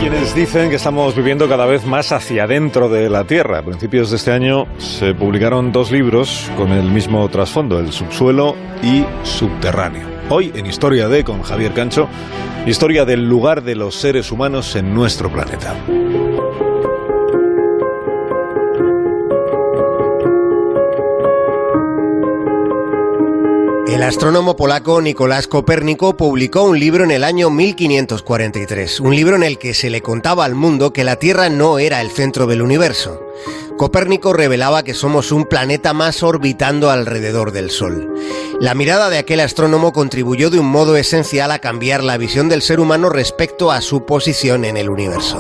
quienes dicen que estamos viviendo cada vez más hacia adentro de la Tierra. A principios de este año se publicaron 2 libros con el mismo trasfondo, el subsuelo y subterráneo. Hoy, en Historia de, con Javier Cancho, historia del lugar de los seres humanos en nuestro planeta. El astrónomo polaco Nicolás Copérnico publicó un libro en el año 1543, un libro en el que se le contaba al mundo que la Tierra no era el centro del universo. Copérnico revelaba que somos un planeta más orbitando alrededor del Sol. La mirada de aquel astrónomo contribuyó de un modo esencial a cambiar la visión del ser humano respecto a su posición en el universo.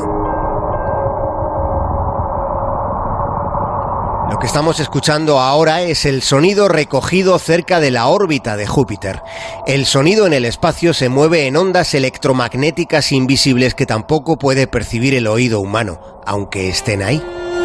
Lo que estamos escuchando ahora es el sonido recogido cerca de la órbita de Júpiter. El sonido en el espacio se mueve en ondas electromagnéticas invisibles que tampoco puede percibir el oído humano, aunque estén ahí.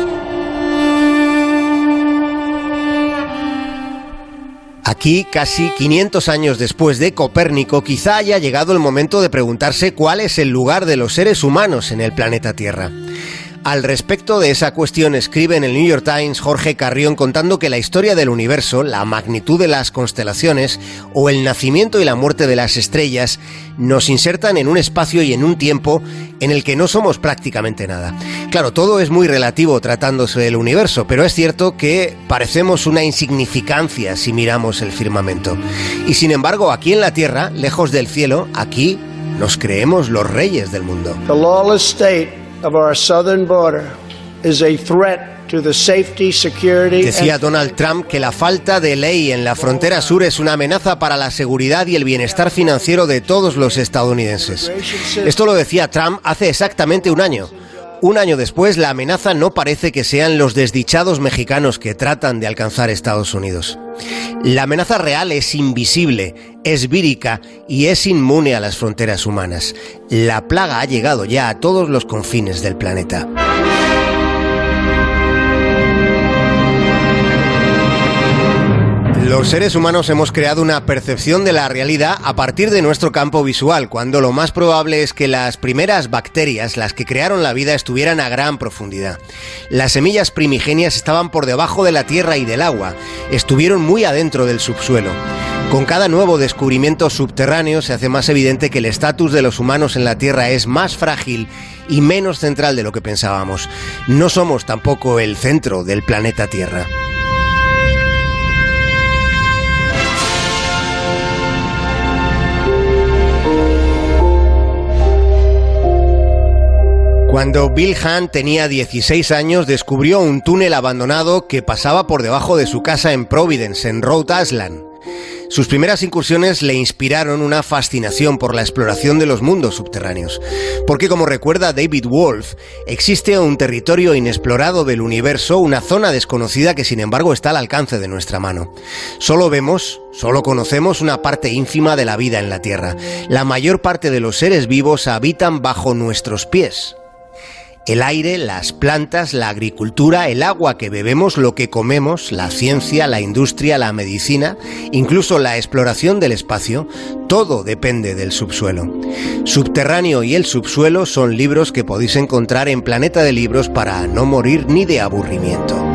Aquí, casi 500 años después de Copérnico, quizá haya llegado el momento de preguntarse cuál es el lugar de los seres humanos en el planeta Tierra. Al respecto de esa cuestión escribe en el New York Times Jorge Carrión contando que la historia del universo, la magnitud de las constelaciones o el nacimiento y la muerte de las estrellas nos insertan en un espacio y en un tiempo en el que no somos prácticamente nada. Claro, todo es muy relativo tratándose del universo, pero es cierto que parecemos una insignificancia si miramos el firmamento. Y sin embargo, aquí en la Tierra, lejos del cielo, aquí nos creemos los reyes del mundo. The lawless state of our southern border is a threat to the safety, security. Decía Donald Trump que la falta de ley en la frontera sur es una amenaza para la seguridad y el bienestar financiero de todos los estadounidenses. Esto lo decía Trump hace exactamente un año. Un año después, la amenaza no parece que sean los desdichados mexicanos que tratan de alcanzar Estados Unidos. La amenaza real es invisible, es vírica y es inmune a las fronteras humanas. La plaga ha llegado ya a todos los confines del planeta. Los seres humanos hemos creado una percepción de la realidad a partir de nuestro campo visual, cuando lo más probable es que las primeras bacterias, las que crearon la vida, estuvieran a gran profundidad. Las semillas primigenias estaban por debajo de la tierra y del agua, estuvieron muy adentro del subsuelo. Con cada nuevo descubrimiento subterráneo se hace más evidente que el estatus de los humanos en la Tierra es más frágil y menos central de lo que pensábamos. No somos tampoco el centro del planeta Tierra. Cuando Bill Hunt tenía 16 años, descubrió un túnel abandonado que pasaba por debajo de su casa en Providence, en Rhode Island. Sus primeras incursiones le inspiraron una fascinación por la exploración de los mundos subterráneos, porque como recuerda David Wolf, existe un territorio inexplorado del universo, una zona desconocida que sin embargo está al alcance de nuestra mano. Solo conocemos una parte ínfima de la vida en la Tierra. La mayor parte de los seres vivos habitan bajo nuestros pies. El aire, las plantas, la agricultura, el agua que bebemos, lo que comemos, la ciencia, la industria, la medicina, incluso la exploración del espacio, todo depende del subsuelo. Subterráneo y el subsuelo son libros que podéis encontrar en Planeta de Libros para no morir ni de aburrimiento.